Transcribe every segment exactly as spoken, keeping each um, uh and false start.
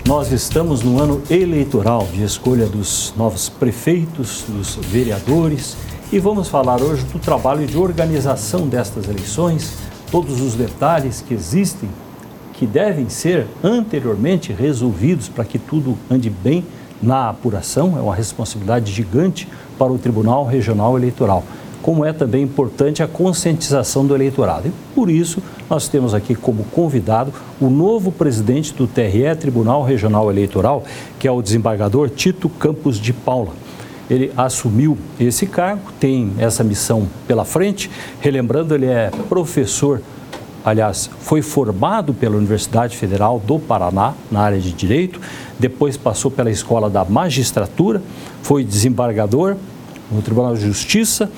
Nós estamos no ano eleitoral de escolha dos novos prefeitos, dos vereadores, e vamos falar hoje do trabalho de organização destas eleições, todos os detalhes que existem, que devem ser anteriormente resolvidos para que tudo ande bem na apuração. É uma responsabilidade gigante para o Tribunal Regional Eleitoral, como é também importante a conscientização do eleitorado. E por isso, nós temos aqui como convidado o novo presidente do T R E, Tribunal Regional Eleitoral, que é o desembargador Tito Campos de Paula. Ele assumiu esse cargo, tem essa missão pela frente. Relembrando, ele é professor, aliás, foi formado pela Universidade Federal do Paraná, na área de Direito, depois passou pela Escola da Magistratura, foi desembargador no Tribunal de Justiça,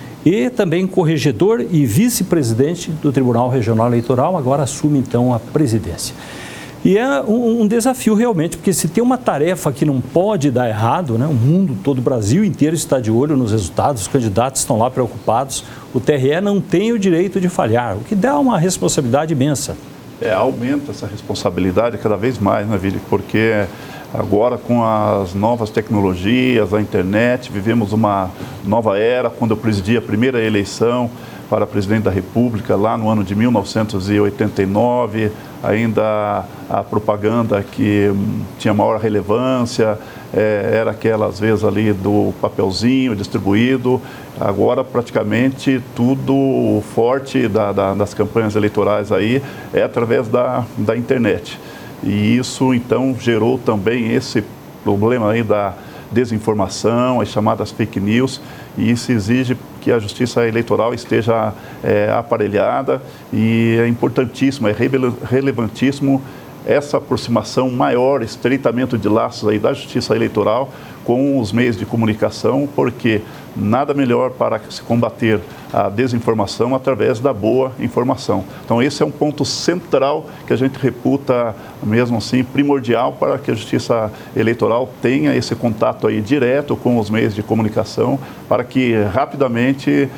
e também corregedor e vice-presidente do Tribunal Regional Eleitoral, agora assume então a presidência. E é um, um desafio realmente, porque se tem uma tarefa que não pode dar errado, né? O mundo todo, o Brasil inteiro está de olho nos resultados, os candidatos estão lá preocupados, o T R E não tem o direito de falhar, o que dá uma responsabilidade imensa. É, aumenta essa responsabilidade cada vez mais, né, Vili? Porque agora, com as novas tecnologias, a internet, vivemos uma nova era. Quando eu presidi a primeira eleição para presidente da República, lá no ano de mil novecentos e oitenta e nove, ainda a propaganda que tinha maior relevância é, era aquela, às vezes, ali do papelzinho distribuído. Agora, praticamente, tudo forte da, da, das campanhas eleitorais aí é através da, da internet. E isso, então, gerou também esse problema aí da desinformação, as chamadas fake news, e isso exige que a Justiça Eleitoral esteja é, aparelhada, e é importantíssimo, é relevantíssimo essa aproximação maior, estreitamento de laços aí da Justiça Eleitoral com os meios de comunicação, porque nada melhor para se combater a desinformação através da boa informação. Então, esse é um ponto central que a gente reputa, mesmo assim, primordial para que a Justiça Eleitoral tenha esse contato aí direto com os meios de comunicação, para que rapidamente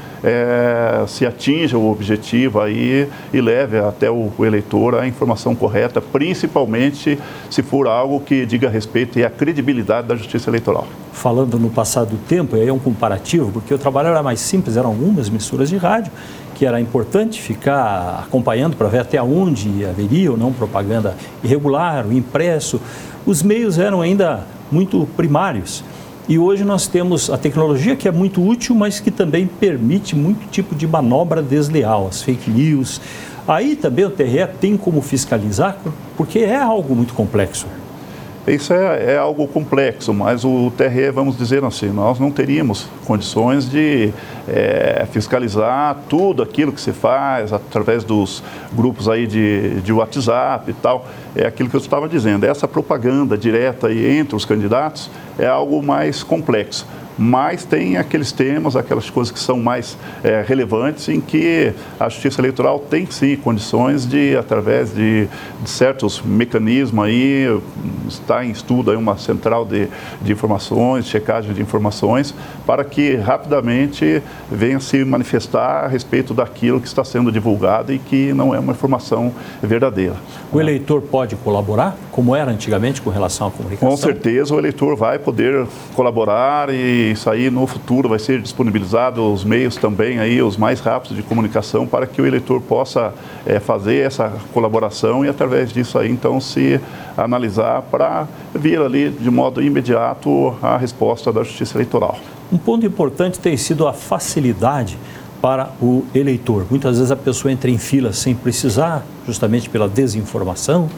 é, se atinja o objetivo aí e leve até o, o eleitor a informação correta, principalmente se for algo que diga respeito à credibilidade da Justiça Eleitoral. Falando no passado do tempo, aí é um comparativo, porque o trabalho era mais simples, eram algumas emissoras de rádio, que era importante ficar acompanhando para ver até onde haveria ou não propaganda irregular, o impresso. Os meios eram ainda muito primários. E hoje nós temos a tecnologia, que é muito útil, mas que também permite muito tipo de manobra desleal, as fake news. Aí também o T R E tem como fiscalizar, porque é algo muito complexo. Isso é, é algo complexo, mas o T R E, vamos dizer assim, nós não teríamos condições de é, fiscalizar tudo aquilo que se faz através dos grupos aí de, de WhatsApp e tal. É aquilo que eu estava dizendo, essa propaganda direta aí entre os candidatos é algo mais complexo. Mas tem aqueles temas, aquelas coisas que são mais é, relevantes, em que a Justiça Eleitoral tem, sim, condições de, através de, de certos mecanismos aí, está em estudo aí uma central de, de informações, checagem de informações, para que rapidamente venha se manifestar a respeito daquilo que está sendo divulgado e que não é uma informação verdadeira. O eleitor pode colaborar, como era antigamente com relação à comunicação? Com certeza o eleitor vai poder colaborar, e isso aí no futuro vai ser disponibilizado os meios também aí, os mais rápidos de comunicação, para que o eleitor possa é, fazer essa colaboração e através disso aí então se analisar para vir ali de modo imediato a resposta da Justiça Eleitoral. Um ponto importante tem sido a facilidade para o eleitor. Muitas vezes a pessoa entra em fila sem precisar, justamente pela desinformação,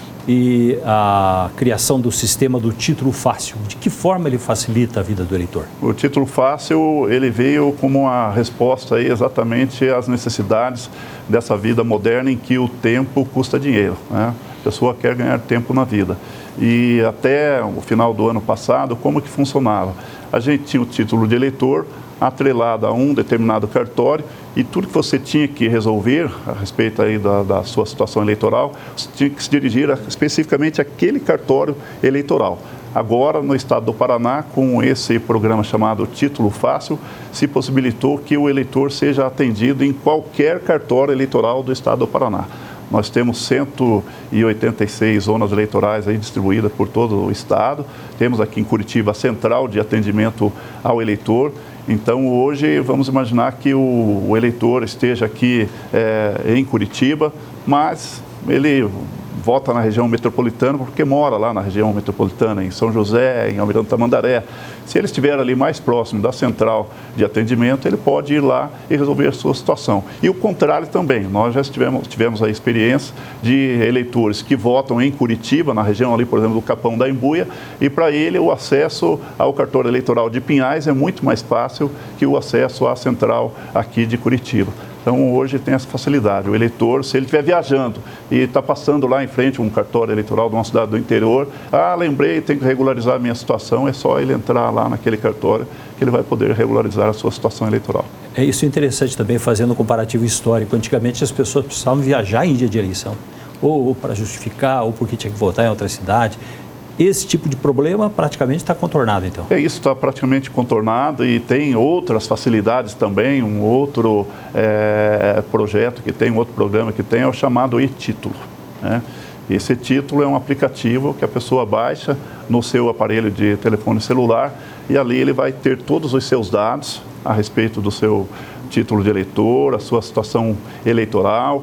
e a criação do sistema do título fácil. De que forma ele facilita a vida do eleitor? O título fácil, ele veio como uma resposta aí exatamente às necessidades dessa vida moderna em que o tempo custa dinheiro, né? A pessoa quer ganhar tempo na vida. E até o final do ano passado, como que funcionava? A gente tinha o título de eleitor atrelado a um determinado cartório, e tudo que você tinha que resolver a respeito aí da, da sua situação eleitoral, você tinha que se dirigir a, especificamente àquele cartório eleitoral. Agora, no estado do Paraná, com esse programa chamado Título Fácil, se possibilitou que o eleitor seja atendido em qualquer cartório eleitoral do estado do Paraná. Nós temos cento e oitenta e seis zonas eleitorais aí distribuídas por todo o estado. Temos aqui em Curitiba a central de atendimento ao eleitor. Então, hoje, vamos imaginar que o, o eleitor esteja aqui é, em Curitiba, mas ele vota na região metropolitana porque mora lá na região metropolitana, em São José, em Almirante Tamandaré. Se ele estiver ali mais próximo da central de atendimento, ele pode ir lá e resolver a sua situação. E o contrário também, nós já tivemos, tivemos a experiência de eleitores que votam em Curitiba, na região ali, por exemplo, do Capão da Embuia, e para ele o acesso ao cartório eleitoral de Pinhais é muito mais fácil que o acesso à central aqui de Curitiba. Então, hoje tem essa facilidade. O eleitor, se ele estiver viajando e está passando lá em frente um cartório eleitoral de uma cidade do interior, ah, lembrei, tem que regularizar a minha situação, é só ele entrar lá naquele cartório que ele vai poder regularizar a sua situação eleitoral. É isso interessante também, fazendo um comparativo histórico. Antigamente as pessoas precisavam viajar em dia de eleição, ou, ou para justificar, ou porque tinha que votar em outra cidade. Esse tipo de problema praticamente está contornado, então? É, isso está praticamente contornado e tem outras facilidades também. Um outro é, projeto que tem, um outro programa que tem é o chamado e-título, né? Esse e-título é um aplicativo que a pessoa baixa no seu aparelho de telefone celular e ali ele vai ter todos os seus dados a respeito do seu título de eleitor, a sua situação eleitoral,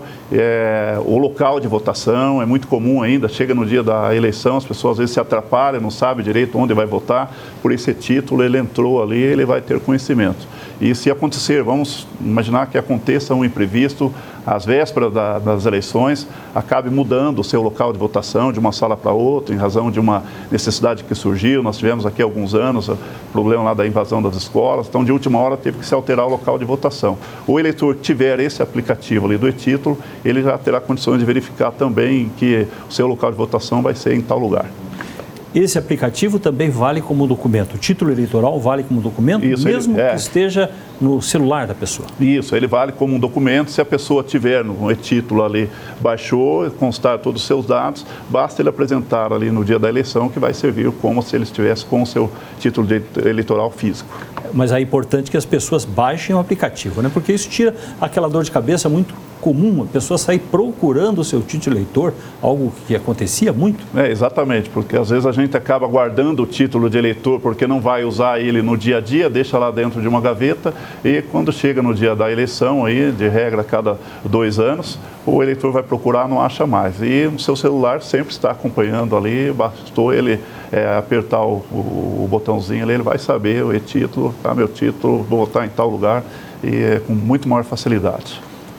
é, o local de votação. É muito comum ainda, chega no dia da eleição, as pessoas às vezes se atrapalham, não sabem direito onde vai votar, por esse título ele entrou ali, ele vai ter conhecimento. E se acontecer, vamos imaginar que aconteça um imprevisto, às vésperas da, das eleições, acabe mudando o seu local de votação de uma sala para outra, em razão de uma necessidade que surgiu. Nós tivemos aqui há alguns anos o problema lá da invasão das escolas, então de última hora teve que se alterar o local de votação. O eleitor que tiver esse aplicativo ali do e-título, ele já terá condições de verificar também que o seu local de votação vai ser em tal lugar. Esse aplicativo também vale como documento. O título eleitoral vale como documento, Isso, mesmo ele, é. que esteja no celular da pessoa? Isso, ele vale como um documento. Se a pessoa tiver no e-título ali, baixou, constar todos os seus dados, basta ele apresentar ali no dia da eleição, que vai servir como se ele estivesse com o seu título de eleitoral físico. Mas é importante que as pessoas baixem o aplicativo, né? Porque isso tira aquela dor de cabeça muito comum, a pessoa sair procurando o seu título eleitor, algo que acontecia muito. É, exatamente, porque às vezes a gente acaba guardando o título de eleitor porque não vai usar ele no dia a dia, deixa lá dentro de uma gaveta e quando chega no dia da eleição, aí, de regra a cada dois anos, o eleitor vai procurar, não acha mais. E o seu celular sempre está acompanhando ali, bastou ele é, apertar o, o, o botãozinho ali, ele vai saber o e-título, tá, meu título, vou votar em tal lugar, e é com muito maior facilidade.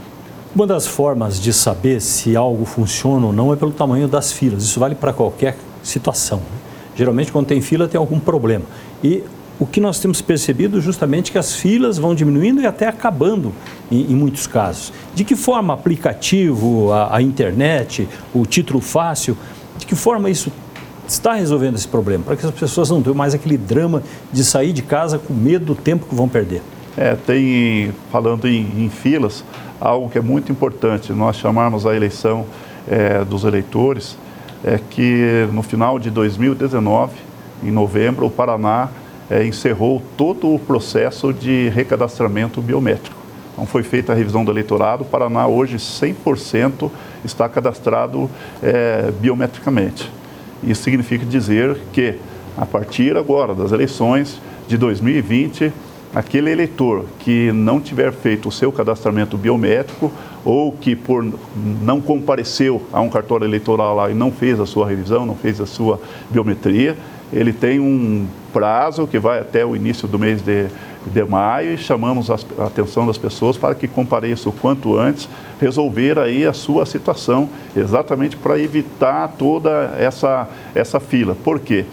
Uma das formas de saber se algo funciona ou não é pelo tamanho das filas. Isso vale para qualquer situação, né? Geralmente, quando tem fila, tem algum problema. E o que nós temos percebido justamente é que as filas vão diminuindo e até acabando em, em muitos casos. De que forma aplicativo, a, a internet, o título fácil, de que forma isso está resolvendo esse problema? Para que as pessoas não tenham mais aquele drama de sair de casa com medo do tempo que vão perder. É, tem, falando em, em filas, algo que é muito importante, nós chamarmos a eleição é, dos eleitores, é que no final de dois mil e dezenove, em novembro, o Paraná é, encerrou todo o processo de recadastramento biométrico. Então foi feita a revisão do eleitorado, o Paraná hoje cem por cento está cadastrado é, biometricamente. Isso significa dizer que, a partir agora das eleições de dois mil e vinte, aquele eleitor que não tiver feito o seu cadastramento biométrico ou que por não compareceu a um cartório eleitoral lá e não fez a sua revisão, não fez a sua biometria, ele tem um prazo que vai até o início do mês de, de maio e chamamos a atenção das pessoas para que compareçam o quanto antes, resolver aí a sua situação, exatamente para evitar toda essa, essa fila. Por quê?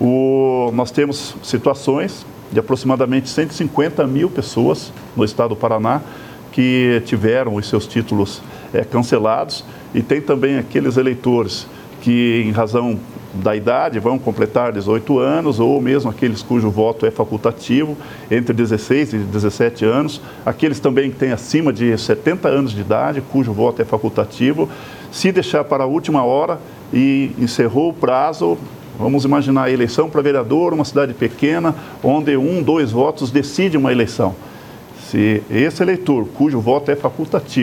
O, nós temos situações de aproximadamente cento e cinquenta mil pessoas no estado do Paraná que tiveram os seus títulos é, cancelados e tem também aqueles eleitores que, em razão da idade, vão completar dezoito anos ou mesmo aqueles cujo voto é facultativo, entre dezesseis e dezessete anos, aqueles também que têm acima de setenta anos de idade, cujo voto é facultativo. Se deixar para a última hora e encerrou o prazo, vamos imaginar a eleição para vereador, uma cidade pequena, onde um, dois votos decide uma eleição. Se esse eleitor, cujo voto é facultativo,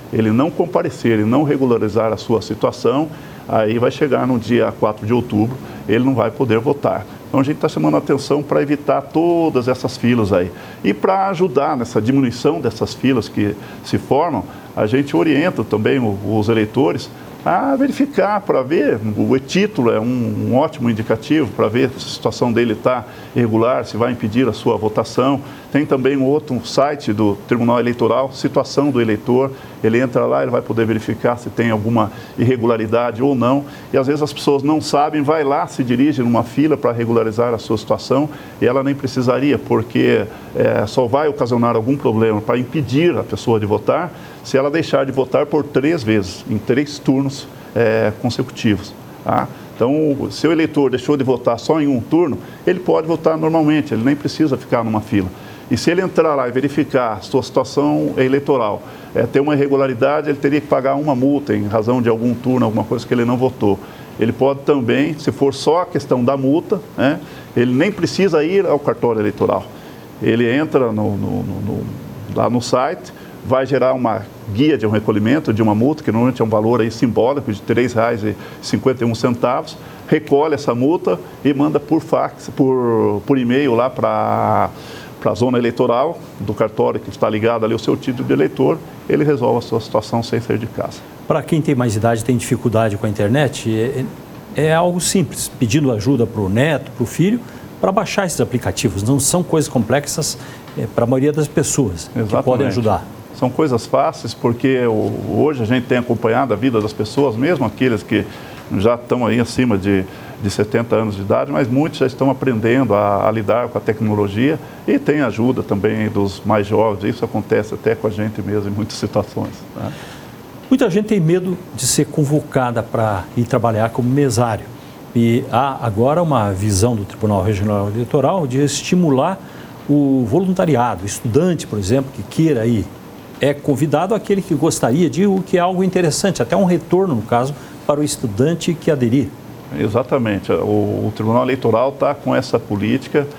ele não comparecer, ele não regularizar a sua situação, aí vai chegar no dia quatro de outubro, ele não vai poder votar. Então a gente está chamando a atenção para evitar todas essas filas aí. E para ajudar nessa diminuição dessas filas que se formam, a gente orienta também os eleitores a verificar para ver, o e-título é um, um ótimo indicativo para ver se a situação dele está irregular, se vai impedir a sua votação. Tem também um outro site do Tribunal Eleitoral, situação do eleitor, ele entra lá, ele vai poder verificar se tem alguma irregularidade ou não. E às vezes as pessoas não sabem, vai lá, se dirige numa fila para regularizar a sua situação e ela nem precisaria, porque é, só vai ocasionar algum problema para impedir a pessoa de votar se ela deixar de votar por três vezes, em três turnos é, consecutivos. Tá? Então, se o eleitor deixou de votar só em um turno, ele pode votar normalmente, ele nem precisa ficar numa fila. E se ele entrar lá e verificar a sua situação eleitoral, é, ter uma irregularidade, ele teria que pagar uma multa em razão de algum turno, alguma coisa que ele não votou. Ele pode também, se for só a questão da multa, né, ele nem precisa ir ao cartório eleitoral. Ele entra no, no, no, lá no site, vai gerar uma guia de um recolhimento de uma multa, que normalmente é um valor aí simbólico de três reais e cinquenta e um centavos, recolhe essa multa e manda por fax, por, por e-mail lá para a zona eleitoral do cartório que está ligado ali ao seu título de eleitor, ele resolve a sua situação sem sair de casa. Para quem tem mais idade e tem dificuldade com a internet, é, é algo simples, pedindo ajuda para o neto, para o filho, para baixar esses aplicativos. Não são coisas complexas é, para a maioria das pessoas. Exatamente. Que podem ajudar. São coisas fáceis, porque hoje a gente tem acompanhado a vida das pessoas, mesmo aqueles que já estão aí acima de, de setenta anos de idade, mas muitos já estão aprendendo a, a lidar com a tecnologia e tem ajuda também dos mais jovens. Isso acontece até com a gente mesmo em muitas situações. Né? Muita gente tem medo de ser convocada para ir trabalhar como mesário. E há agora uma visão do Tribunal Regional Eleitoral de estimular o voluntariado. O estudante, por exemplo, que queira ir, é convidado aquele que gostaria de ir, o que é algo interessante, até um retorno, no caso, para o estudante que aderir. Exatamente. O, o Tribunal Eleitoral está com essa política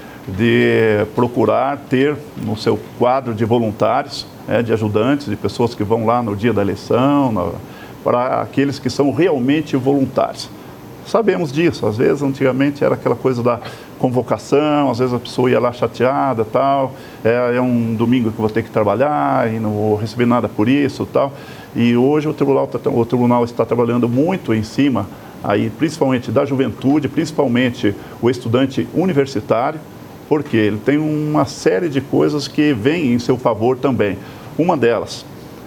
de procurar ter no seu quadro de voluntários, é, de ajudantes, de pessoas que vão lá no dia da eleição, na, para aqueles que são realmente voluntários. Sabemos disso, às vezes antigamente era aquela coisa da convocação, às vezes a pessoa ia lá chateada, tal, é, é um domingo que eu vou ter que trabalhar e não vou receber nada por isso, tal. E hoje o tribunal, tá, o tribunal está trabalhando muito em cima, aí, principalmente da juventude, principalmente o estudante universitário, porque ele tem uma série de coisas que vêm em seu favor também. Uma delas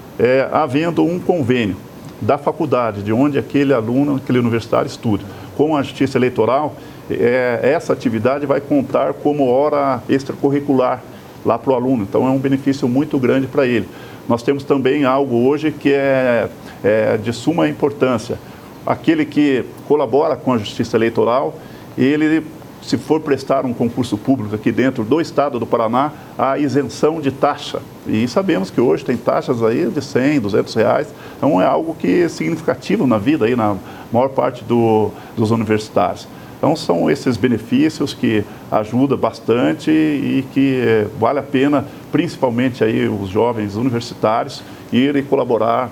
é havendo um convênio da faculdade, de onde aquele aluno, aquele universitário estuda, com a Justiça Eleitoral, é, essa atividade vai contar como hora extracurricular lá para o aluno. Então, é um benefício muito grande para ele. Nós temos também algo hoje que é, é de suma importância. Aquele que colabora com a Justiça Eleitoral, ele, se for prestar um concurso público aqui dentro do estado do Paraná, há isenção de taxa. E sabemos que hoje tem taxas aí de cem, duzentos reais. Então é algo que é significativo na vida, aí, na maior parte do, dos universitários. Então são esses benefícios que ajudam bastante e que vale a pena, principalmente aí os jovens universitários, irem colaborar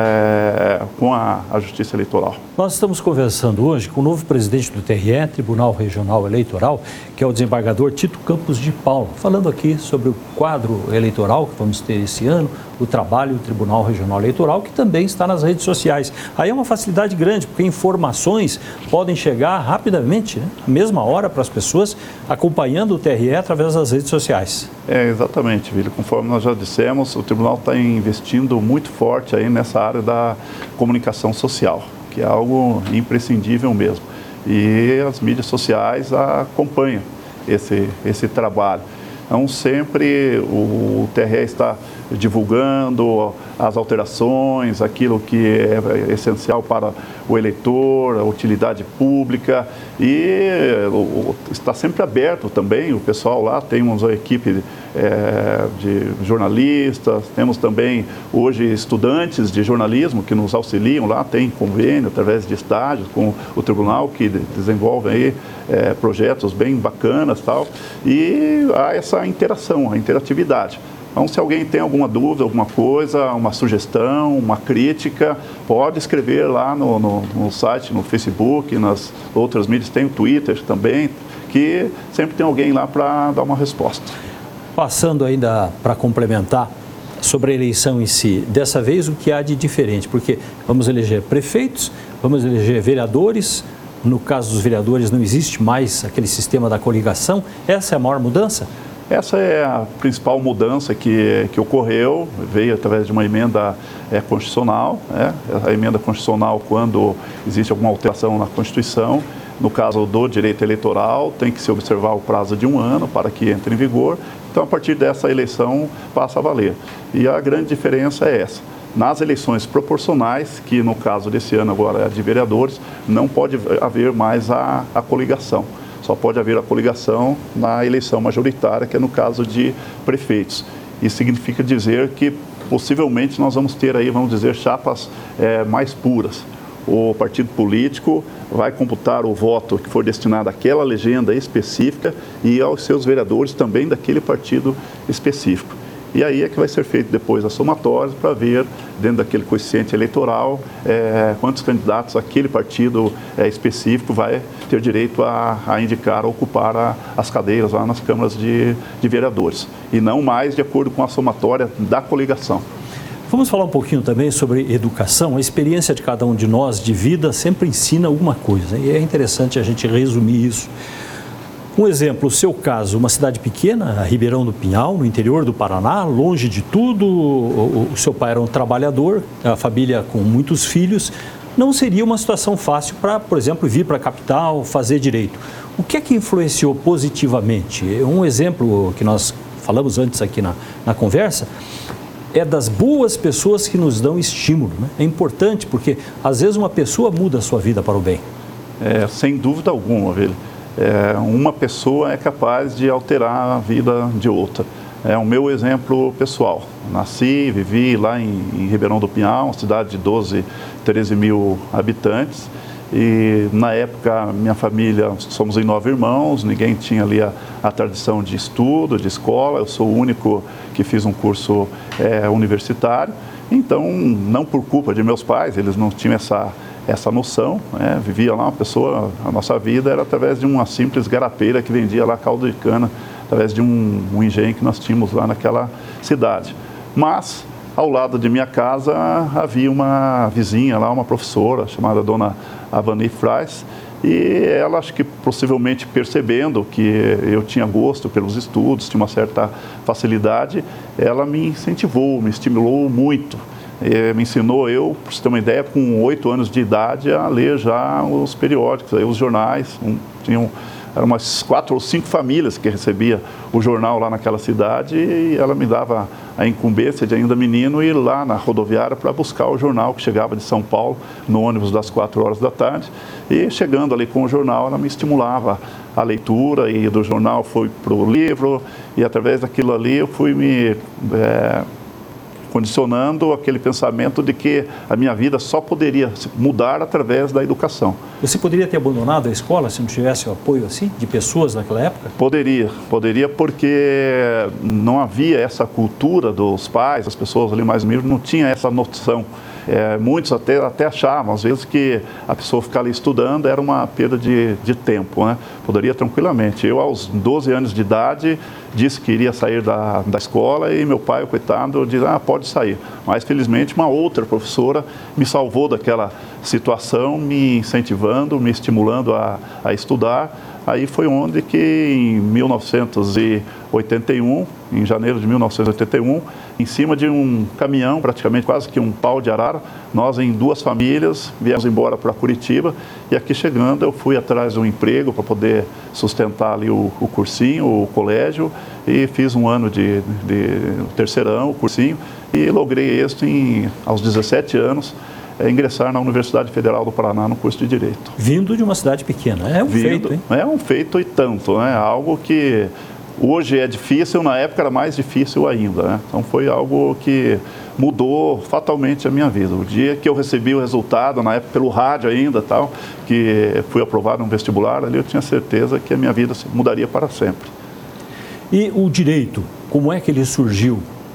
É, com a, a Justiça Eleitoral. Nós estamos conversando hoje com o novo presidente do T R E, Tribunal Regional Eleitoral, que é o desembargador Tito Campos de Paula, falando aqui sobre o quadro eleitoral que vamos ter esse ano, o trabalho do Tribunal Regional Eleitoral, que também está nas redes sociais. Aí é uma facilidade grande, porque informações podem chegar rapidamente, né, na mesma hora, para as pessoas acompanhando o T R E através das redes sociais. É, exatamente, Vili. Conforme nós já dissemos, o Tribunal está investindo muito forte aí nessa área da comunicação social, que é algo imprescindível mesmo. E as mídias sociais acompanham esse, esse trabalho. Então, sempre o T R E está divulgando as alterações, aquilo que é essencial para o eleitor, a utilidade pública, e está sempre aberto também. O pessoal lá, temos uma equipe é, de jornalistas, temos também hoje estudantes de jornalismo que nos auxiliam lá, tem convênio através de estágios com o tribunal que desenvolve aí é, projetos bem bacanas, tal, e há essa interação, a interatividade. Então, se alguém tem alguma dúvida, alguma coisa, uma sugestão, uma crítica, pode escrever lá no, no, no site, no Facebook, nas outras mídias, tem o Twitter também, que sempre tem alguém lá para dar uma resposta. Passando ainda para complementar sobre a eleição em si, dessa vez o que há de diferente? Porque vamos eleger prefeitos, vamos eleger vereadores, no caso dos vereadores não existe mais aquele sistema da coligação, essa é a maior mudança? Essa é a principal mudança que, que ocorreu, veio através de uma emenda é, constitucional, né? A emenda constitucional, quando existe alguma alteração na Constituição, no caso do direito eleitoral, tem que se observar o prazo de um ano para que entre em vigor. Então, a partir dessa eleição, passa a valer. E a grande diferença é essa. Nas eleições proporcionais, que no caso desse ano agora é de vereadores, não pode haver mais a, a coligação. Só pode haver a coligação na eleição majoritária, que é no caso de prefeitos. Isso significa dizer que possivelmente nós vamos ter aí, vamos dizer, chapas é, mais puras. O partido político vai computar o voto que for destinado àquela legenda específica e aos seus vereadores também daquele partido específico. E aí é que vai ser feito depois as somatórias para ver, dentro daquele coeficiente eleitoral, é, quantos candidatos aquele partido é, específico vai ter direito a, a indicar, a ocupar a, as cadeiras lá nas câmaras de, de vereadores. E não mais de acordo com a somatória da coligação. Vamos falar um pouquinho também sobre educação. A experiência de cada um de nós de vida sempre ensina alguma coisa. E é interessante a gente resumir isso. Um exemplo, o seu caso, uma cidade pequena, Ribeirão do Pinhal, no interior do Paraná, longe de tudo, o, o seu pai era um trabalhador, a família com muitos filhos, não seria uma situação fácil para, por exemplo, vir para a capital, fazer direito. O que é que influenciou positivamente? Um exemplo que nós falamos antes aqui na, na conversa, é das boas pessoas que nos dão estímulo, né? É importante porque, às vezes, uma pessoa muda a sua vida para o bem. É, sem dúvida alguma, velho. É, uma pessoa é capaz de alterar a vida de outra. É o meu exemplo pessoal. Nasci, vivi lá em, em Ribeirão do Pinhal, uma cidade de doze, treze mil habitantes. E na época, minha família, somos em nove irmãos, ninguém tinha ali a, a tradição de estudo, de escola. Eu sou o único que fiz um curso é, universitário. Então, não por culpa de meus pais, eles não tinham essa... essa noção, né? Vivia lá uma pessoa, a nossa vida era através de uma simples garapeira que vendia lá caldo de cana, através de um, um engenho que nós tínhamos lá naquela cidade. Mas, ao lado de minha casa, havia uma vizinha lá, uma professora, chamada Dona Avani Frais, e ela, acho que possivelmente percebendo que eu tinha gosto pelos estudos, tinha uma certa facilidade, ela me incentivou, me estimulou muito. E me ensinou, eu, para você ter uma ideia, com oito anos de idade, a ler já os periódicos, aí, os jornais. Um, tinham, eram umas quatro ou cinco famílias que recebia o jornal lá naquela cidade e ela me dava a incumbência de ainda menino ir lá na rodoviária para buscar o jornal que chegava de São Paulo no ônibus das quatro horas da tarde. E chegando ali com o jornal, ela me estimulava a leitura e do jornal fui para o livro e através daquilo ali eu fui me... É, condicionando aquele pensamento de que a minha vida só poderia mudar através da educação. Você poderia ter abandonado a escola se não tivesse o apoio assim de pessoas naquela época? Poderia, poderia porque não havia essa cultura dos pais, as pessoas ali mais humildes não tinham essa noção. É, muitos até, até achavam, às vezes, que a pessoa ficar ali estudando era uma perda de, de tempo, né? Poderia tranquilamente. Eu, aos doze anos de idade, disse que iria sair da, da escola e meu pai, o coitado, disse, ah, pode sair. Mas, felizmente, uma outra professora me salvou daquela situação, me incentivando, me estimulando a, a estudar. Aí foi onde que, em mil novecentos e oitenta e um, em janeiro de mil novecentos e oitenta e um, em cima de um caminhão, praticamente quase que um pau de arara, nós em duas famílias viemos embora para Curitiba e aqui chegando eu fui atrás de um emprego para poder sustentar ali o, o cursinho, o colégio e fiz um ano de, de terceirão, o cursinho e logrei êxito em, aos dezessete anos, é ingressar na Universidade Federal do Paraná no curso de Direito. Vindo de uma cidade pequena, é um Vindo, feito, hein? É um feito e tanto, né? Algo que hoje é difícil, na época era mais difícil ainda, né? Então foi algo que mudou fatalmente a minha vida. O dia que eu recebi o resultado, na época pelo rádio ainda, tal, que fui aprovado no vestibular, ali eu tinha certeza que a minha vida mudaria para sempre. E o direito, como é que ele surgiu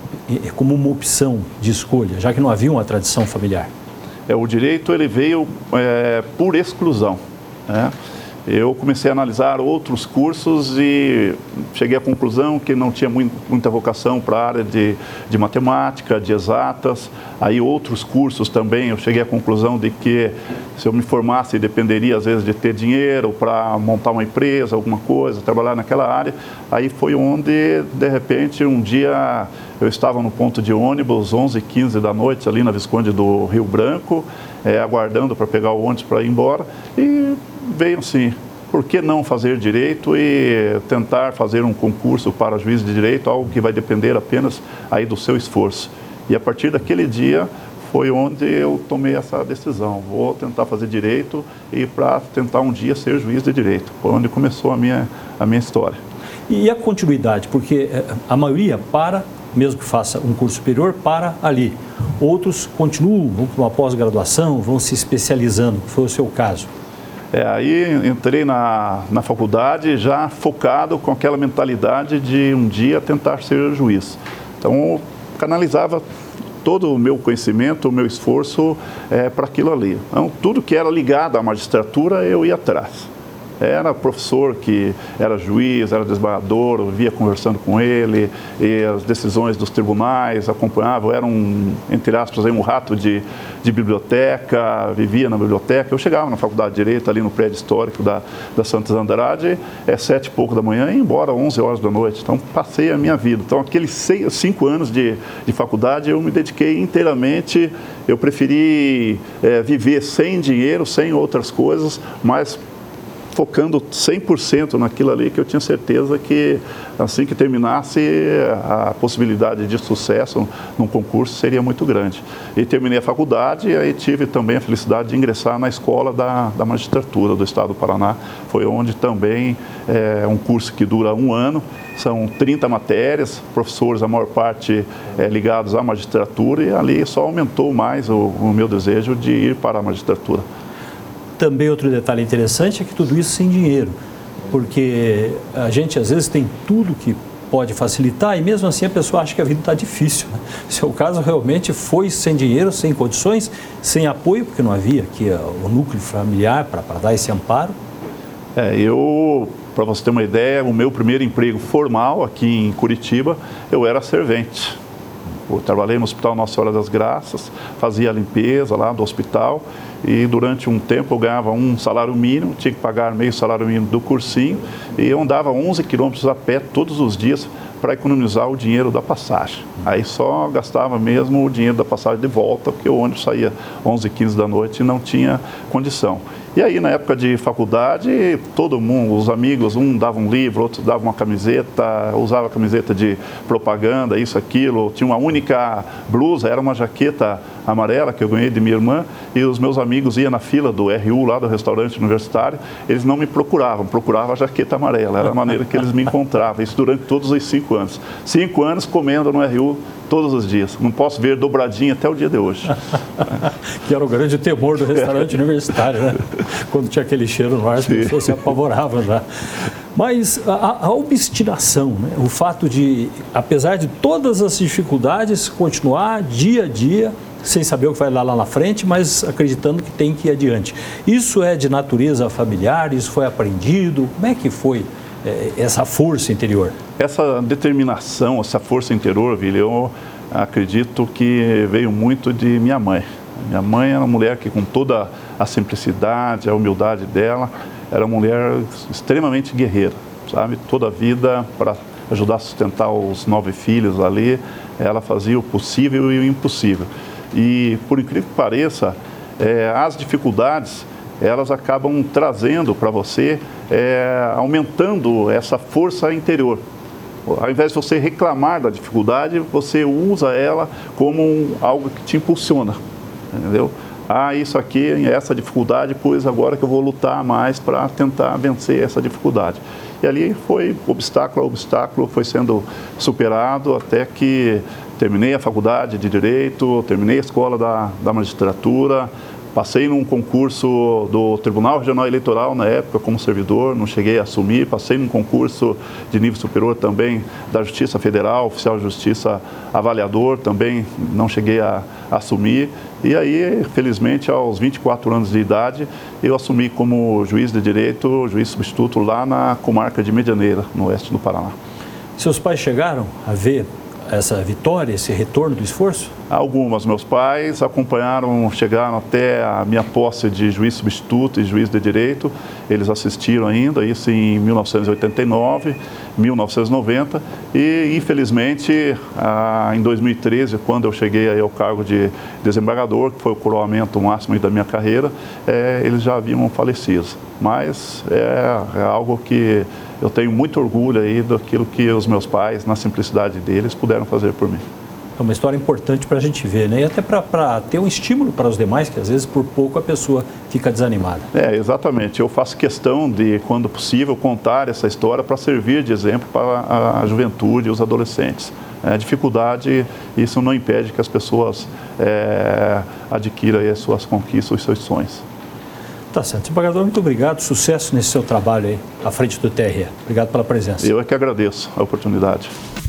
como uma opção de escolha, já que não havia uma tradição familiar? É, o direito ele veio é, por exclusão, né? Eu comecei a analisar outros cursos e cheguei à conclusão que não tinha muito, muita vocação para a área de, de matemática, de exatas. Aí outros cursos também, eu cheguei à conclusão de que se eu me formasse, dependeria às vezes de ter dinheiro para montar uma empresa, alguma coisa, trabalhar naquela área. Aí foi onde, de repente, um dia eu estava no ponto de ônibus, onze e quinze da noite, ali na Visconde do Rio Branco, é, aguardando para pegar o ônibus para ir embora, e veio assim, por que não fazer direito e tentar fazer um concurso para juiz de direito, algo que vai depender apenas aí do seu esforço. E a partir daquele dia foi onde eu tomei essa decisão, vou tentar fazer direito e para tentar um dia ser juiz de direito. Foi onde começou a minha, a minha história. E a continuidade, porque a maioria para, mesmo que faça um curso superior, para ali. Outros continuam, vão para uma pós-graduação, vão se especializando, que foi o seu caso. É, aí entrei na, na faculdade já focado com aquela mentalidade de um dia tentar ser juiz. Então, canalizava todo o meu conhecimento, o meu esforço é, para aquilo ali. Então, tudo que era ligado à magistratura, eu ia atrás. Era professor que era juiz, era desembargador, eu via conversando com ele, e as decisões dos tribunais, acompanhava, eu era um, entre aspas, um rato de, de biblioteca, vivia na biblioteca. Eu chegava na faculdade de Direito, ali no prédio histórico da, da Santos Andrade, é sete e pouco da manhã e ia embora onze horas da noite. Então, passei a minha vida. Então, aqueles seis, cinco anos de, de faculdade, eu me dediquei inteiramente. Eu preferi é, viver sem dinheiro, sem outras coisas, mas focando cem por cento naquilo ali, que eu tinha certeza que assim que terminasse a possibilidade de sucesso num concurso seria muito grande. E terminei a faculdade e aí tive também a felicidade de ingressar na escola da, da magistratura do Estado do Paraná. Foi onde também é um curso que dura um ano, são trinta matérias, professores, a maior parte é, ligados à magistratura, e ali só aumentou mais o, o meu desejo de ir para a magistratura. Também outro detalhe interessante é que tudo isso sem dinheiro, porque a gente às vezes tem tudo que pode facilitar e mesmo assim a pessoa acha que a vida está difícil, né? Seu caso realmente foi sem dinheiro, sem condições, sem apoio, porque não havia aqui o núcleo familiar para dar esse amparo. É, eu, para você ter uma ideia, o meu primeiro emprego formal aqui em Curitiba, eu era servente. Eu trabalhei no Hospital Nossa Senhora das Graças, fazia a limpeza lá do hospital e durante um tempo eu ganhava um salário mínimo, tinha que pagar meio salário mínimo do cursinho e eu andava onze quilômetros a pé todos os dias para economizar o dinheiro da passagem. Aí só gastava mesmo o dinheiro da passagem de volta, porque o ônibus saía onze e quinze da noite e não tinha condição. E aí, na época de faculdade, todo mundo, os amigos, um dava um livro, outro dava uma camiseta, usava camiseta de propaganda, isso, aquilo. Tinha uma única blusa, era uma jaqueta amarela que eu ganhei de minha irmã, e os meus amigos iam na fila do R U, lá do restaurante universitário, eles não me procuravam, procuravam a jaqueta amarela, era a maneira que eles me encontravam, isso durante todos os cinco anos. Cinco anos comendo no R U todos os dias, não posso ver dobradinha até o dia de hoje. Que era o grande temor do restaurante universitário, né? Quando tinha aquele cheiro no ar, as pessoas se apavoravam já. Mas a, a obstinação, né? O fato de, apesar de todas as dificuldades, continuar dia a dia, sem saber o que vai lá, lá na frente, mas acreditando que tem que ir adiante. Isso é de natureza familiar? Isso foi aprendido? Como é que foi é, essa força interior? Essa determinação, essa força interior, Vili, eu acredito que veio muito de minha mãe. Minha mãe era uma mulher que, com toda a simplicidade, a humildade dela, era uma mulher extremamente guerreira, sabe? Toda a vida, para ajudar a sustentar os nove filhos ali, ela fazia o possível e o impossível. E, por incrível que pareça, é, as dificuldades, elas acabam trazendo para você, é, aumentando essa força interior. Ao invés de você reclamar da dificuldade, você usa ela como um, algo que te impulsiona, entendeu? Ah, isso aqui, essa dificuldade, pois agora que eu vou lutar mais para tentar vencer essa dificuldade. E ali foi obstáculo a obstáculo, foi sendo superado até que terminei a faculdade de Direito, terminei a escola da, da magistratura, Passei num concurso do Tribunal Regional Eleitoral na época como servidor, não cheguei a assumir. Passei num concurso de nível superior também da Justiça Federal, oficial de justiça avaliador, também não cheguei a, a assumir. E aí, felizmente, aos vinte e quatro anos de idade, eu assumi como juiz de direito, juiz substituto lá na comarca de Medianeira, no oeste do Paraná. Seus pais chegaram a ver essa vitória, esse retorno do esforço? Algumas. Meus pais acompanharam, chegaram até a minha posse de juiz substituto e juiz de direito. Eles assistiram ainda, isso em mil novecentos e oitenta e nove, mil novecentos e noventa. E, infelizmente, em dois mil e treze, quando eu cheguei aí ao cargo de desembargador, que foi o coroamento máximo da minha carreira, é, eles já haviam falecido. Mas é, é algo que eu tenho muito orgulho aí daquilo que os meus pais, na simplicidade deles, puderam fazer por mim. É uma história importante para a gente ver, né? E até para ter um estímulo para os demais, que às vezes por pouco a pessoa fica desanimada. É, exatamente. Eu faço questão de, quando possível, contar essa história para servir de exemplo para a juventude e os adolescentes. É, dificuldade, isso não impede que as pessoas é, adquiram aí as suas conquistas, os seus sonhos. Tá certo. Desembargador, muito obrigado. Sucesso nesse seu trabalho aí, à frente do T R E. Obrigado pela presença. Eu é que agradeço a oportunidade.